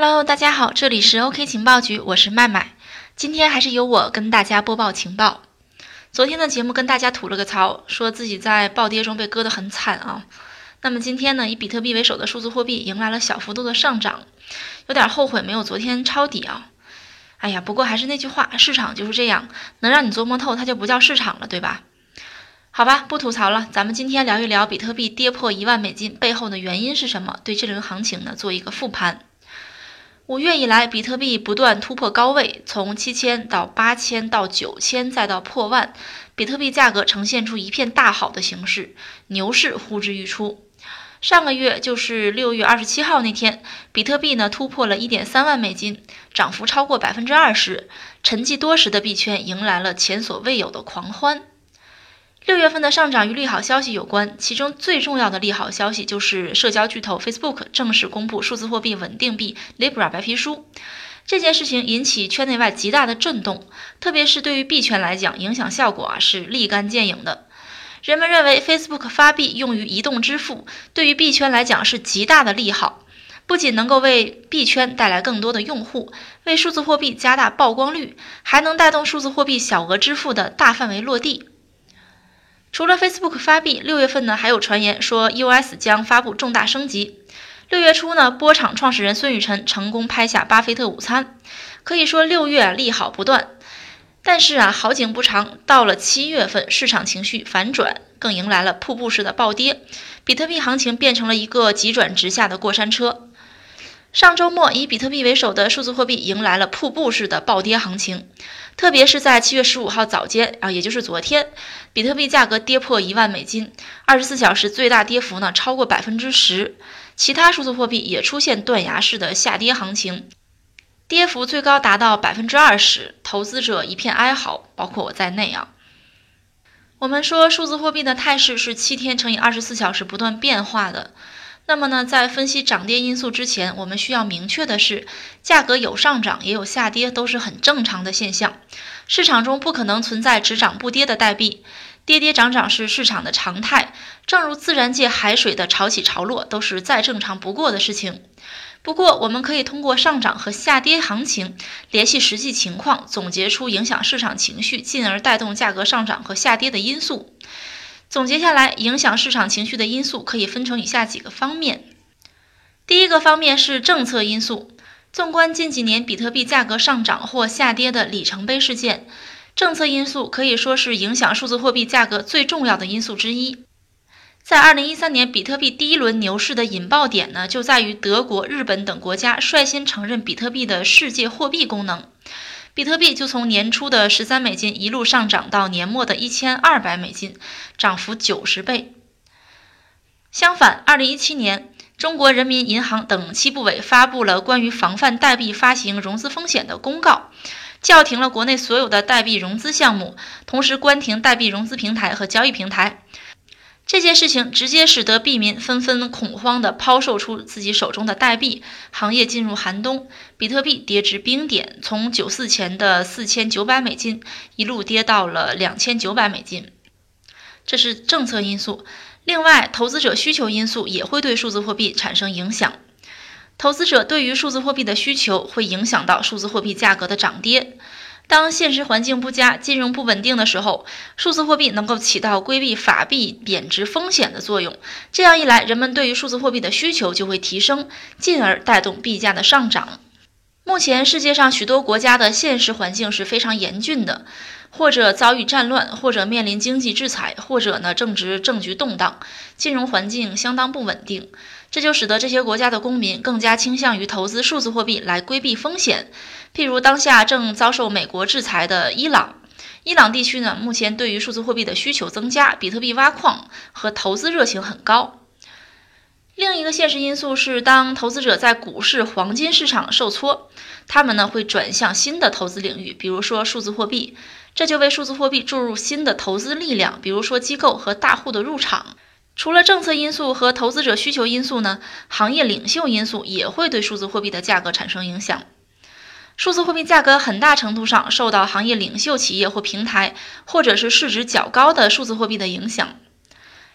Hello， 大家好，这里是 OK 情报局，我是麦麦。今天还是由我跟大家播报情报。昨天的节目跟大家吐了个槽，说自己在暴跌中被割得很惨啊。那么今天呢，以比特币为首的数字货币迎来了小幅度的上涨，有点后悔没有昨天抄底啊。哎呀，不过还是那句话，市场就是这样，能让你琢磨透，它就不叫市场了，对吧？好吧，不吐槽了，咱们今天聊一聊比特币跌破1万美金背后的原因是什么，对这轮行情呢做一个复盘。5月以来，比特币不断突破高位，从7000到8000到9000再到破万，比特币价格呈现出一片大好的形势，牛市呼之欲出。上个月就是6月27号那天，比特币呢突破了1.3万美金，涨幅超过20%，沉寂多时的币圈迎来了前所未有的狂欢。6月份的上涨与利好消息有关，其中最重要的利好消息就是社交巨头 Facebook 正式公布数字货币稳定币 Libra 白皮书。这件事情引起圈内外极大的震动，特别是对于币圈来讲，影响效果是立竿见影的。人们认为 Facebook 发币用于移动支付，对于币圈来讲是极大的利好，不仅能够为币圈带来更多的用户，为数字货币加大曝光率，还能带动数字货币小额支付的大范围落地。除了 Facebook 发币，6月份呢还有传言说 EOS 将发布重大升级。6月初呢，波场创始人孙宇晨成功拍下巴菲特午餐，可以说6月利好不断。但是好景不长，到了7月份，市场情绪反转，更迎来了瀑布式的暴跌，比特币行情变成了一个急转直下的过山车。上周末，以比特币为首的数字货币迎来了瀑布式的暴跌行情，特别是在7月15号早间也就是昨天，比特币价格跌破1万美金，24小时最大跌幅呢超过10%，其他数字货币也出现断崖式的下跌行情，跌幅最高达到20%，投资者一片哀嚎，包括我在内啊。我们说数字货币的态势是7天乘以24小时不断变化的。那么呢，在分析涨跌因素之前，我们需要明确的是，价格有上涨也有下跌，都是很正常的现象。市场中不可能存在只涨不跌的代币，跌跌涨涨是市场的常态，正如自然界海水的潮起潮落都是再正常不过的事情。不过，我们可以通过上涨和下跌行情联系实际情况，总结出影响市场情绪，进而带动价格上涨和下跌的因素。总结下来，影响市场情绪的因素可以分成以下几个方面。第一个方面是政策因素。纵观近几年比特币价格上涨或下跌的里程碑事件，政策因素可以说是影响数字货币价格最重要的因素之一。在2013年比特币第一轮牛市的引爆点呢，就在于德国、日本等国家率先承认比特币的世界货币功能。比特币就从年初的13美金一路上涨到年末的1200美金，涨幅90倍。相反，2017年，中国人民银行等7部委发布了关于防范代币发行融资风险的公告，叫停了国内所有的代币融资项目，同时关停代币融资平台和交易平台。这件事情直接使得币民纷纷恐慌地抛售出自己手中的代币，行业进入寒冬，比特币跌至冰点，从94前的4900美金一路跌到了2900美金。这是政策因素。另外，投资者需求因素也会对数字货币产生影响。投资者对于数字货币的需求会影响到数字货币价格的涨跌。当现实环境不佳、金融不稳定的时候，数字货币能够起到规避法币贬值风险的作用。这样一来，人们对于数字货币的需求就会提升，进而带动币价的上涨。目前世界上许多国家的现实环境是非常严峻的，或者遭遇战乱，或者面临经济制裁，或者呢政局动荡，金融环境相当不稳定。这就使得这些国家的公民更加倾向于投资数字货币来规避风险。譬如当下正遭受美国制裁的伊朗地区呢，目前对于数字货币的需求增加，比特币挖矿和投资热情很高。另一个现实因素是，当投资者在股市、黄金市场受挫，他们呢会转向新的投资领域，比如说数字货币，这就为数字货币注入新的投资力量，比如说机构和大户的入场。除了政策因素和投资者需求因素呢，行业领袖因素也会对数字货币的价格产生影响。数字货币价格很大程度上受到行业领袖企业或平台，或者是市值较高的数字货币的影响。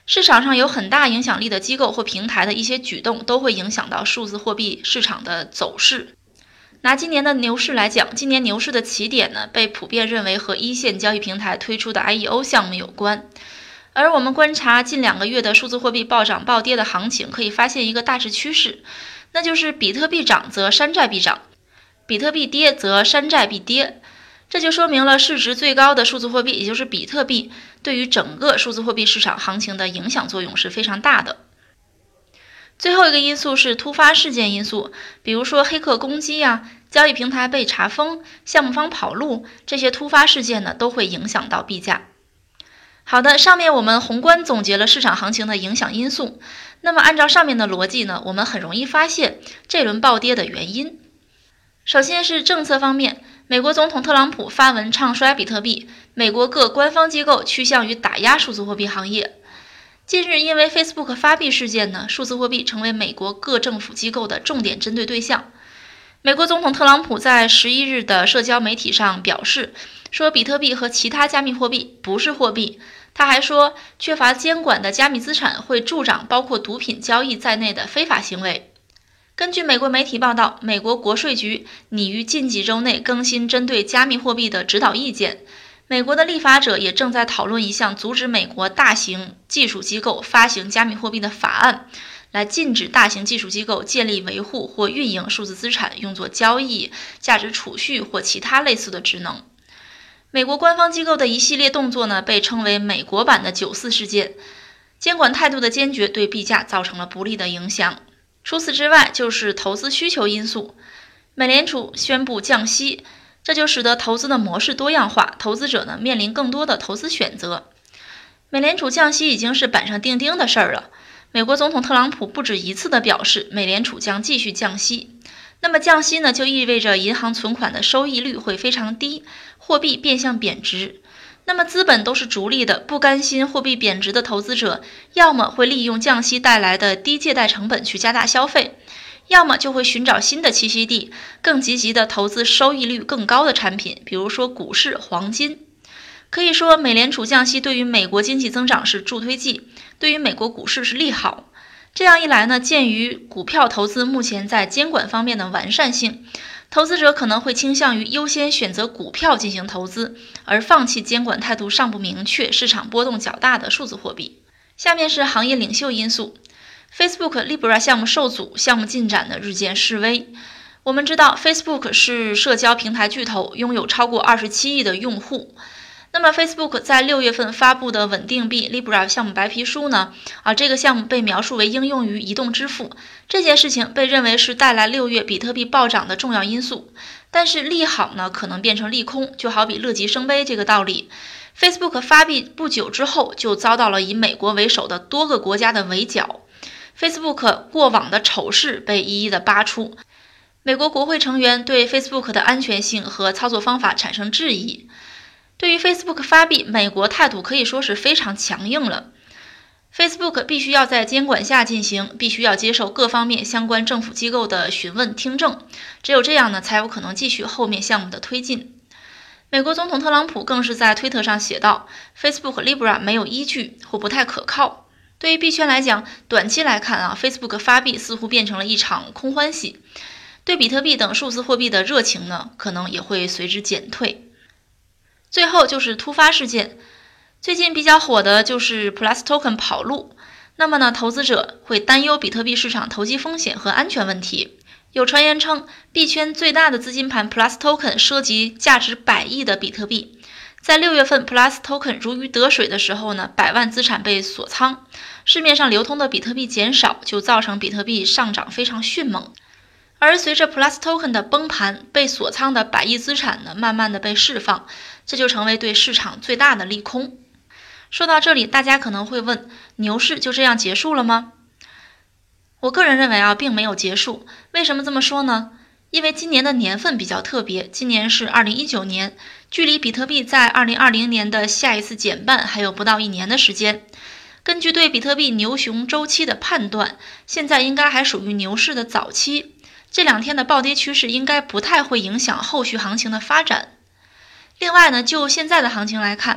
市场上有很大影响力的机构或平台的一些举动都会影响到数字货币市场的走势。拿今年的牛市来讲，今年牛市的起点呢，被普遍认为和一线交易平台推出的 IEO 项目有关。而我们观察近2个月的数字货币暴涨暴跌的行情，可以发现一个大致趋势，那就是比特币涨则山寨币涨，比特币跌则山寨币跌。这就说明了市值最高的数字货币，也就是比特币，对于整个数字货币市场行情的影响作用是非常大的。最后一个因素是突发事件因素，比如说黑客攻击交易平台被查封、项目方跑路，这些突发事件呢都会影响到币价。好的，上面我们宏观总结了市场行情的影响因素。那么按照上面的逻辑呢，我们很容易发现这轮暴跌的原因。首先是政策方面，美国总统特朗普发文唱衰比特币，美国各官方机构趋向于打压数字货币行业。近日因为 Facebook 发币事件呢，数字货币成为美国各政府机构的重点针对对象。美国总统特朗普在11日的社交媒体上表示，说比特币和其他加密货币不是货币。他还说，缺乏监管的加密资产会助长包括毒品交易在内的非法行为。根据美国媒体报道，美国国税局拟于近几周内更新针对加密货币的指导意见。美国的立法者也正在讨论一项阻止美国大型技术机构发行加密货币的法案，来禁止大型技术机构建立、维护或运营数字资产，用作交易、价值储蓄或其他类似的职能。美国官方机构的一系列动作呢，被称为美国版的94事件。监管态度的坚决对币价造成了不利的影响。除此之外，就是投资需求因素。美联储宣布降息，这就使得投资的模式多样化，投资者呢面临更多的投资选择。美联储降息已经是板上钉钉的事儿了。美国总统特朗普不止一次地表示，美联储将继续降息。那么降息呢，就意味着银行存款的收益率会非常低，货币变相贬值。那么资本都是逐利的，不甘心货币贬值的投资者，要么会利用降息带来的低借贷成本去加大消费，要么就会寻找新的栖息地，更积极的投资收益率更高的产品，比如说股市、黄金。可以说，美联储降息对于美国经济增长是助推剂，对于美国股市是利好。这样一来呢，鉴于股票投资目前在监管方面的完善性，投资者可能会倾向于优先选择股票进行投资，而放弃监管态度尚不明确、市场波动较大的数字货币。下面是行业领袖因素。Facebook Libra 项目受阻，项目进展的日渐式微。我们知道 Facebook 是社交平台巨头，拥有超过27亿的用户。那么 Facebook 在6月份发布的稳定币 Libra 项目白皮书呢，这个项目被描述为应用于移动支付，这件事情被认为是带来6月比特币暴涨的重要因素。但是利好呢，可能变成利空，就好比乐极生悲这个道理。Facebook 发币不久之后，就遭到了以美国为首的多个国家的围剿。Facebook 过往的丑事被一一的扒出，美国国会成员对 Facebook 的安全性和操作方法产生质疑。对于 Facebook 发币，美国态度可以说是非常强硬了。Facebook 必须要在监管下进行，必须要接受各方面相关政府机构的询问听证，只有这样呢，才有可能继续后面项目的推进。美国总统特朗普更是在推特上写道 ，Facebook Libra 没有依据或不太可靠。对于币圈来讲，短期来看Facebook 发币似乎变成了一场空欢喜，对比特币等数字货币的热情呢，可能也会随之减退。最后就是突发事件，最近比较火的就是 Plus Token 跑路。那么呢，投资者会担忧比特币市场投机风险和安全问题。有传言称，币圈最大的资金盘 Plus Token 涉及价值100亿的比特币。在6月份 Plus Token 如鱼得水的时候呢，100万资产被锁仓，市面上流通的比特币减少，就造成比特币上涨非常迅猛。而随着 Plus Token 的崩盘，被锁仓的100亿资产呢，慢慢的被释放，这就成为对市场最大的利空。说到这里，大家可能会问，牛市就这样结束了吗？我个人认为并没有结束。为什么这么说呢？因为今年的年份比较特别，今年是2019年，距离比特币在2020年的下一次减半还有不到1年的时间。根据对比特币牛熊周期的判断，现在应该还属于牛市的早期。这2天的暴跌趋势应该不太会影响后续行情的发展。另外呢，就现在的行情来看，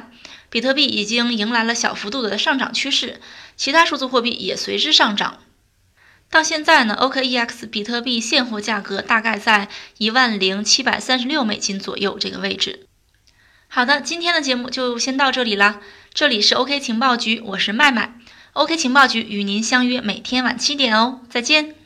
比特币已经迎来了小幅度的上涨趋势，其他数字货币也随之上涨。到现在呢 ，OKEX 比特币现货价格大概在$10,736左右这个位置。好的，今天的节目就先到这里啦。这里是 OK 情报局，我是麦麦。OK 情报局与您相约每天晚7点哦，再见。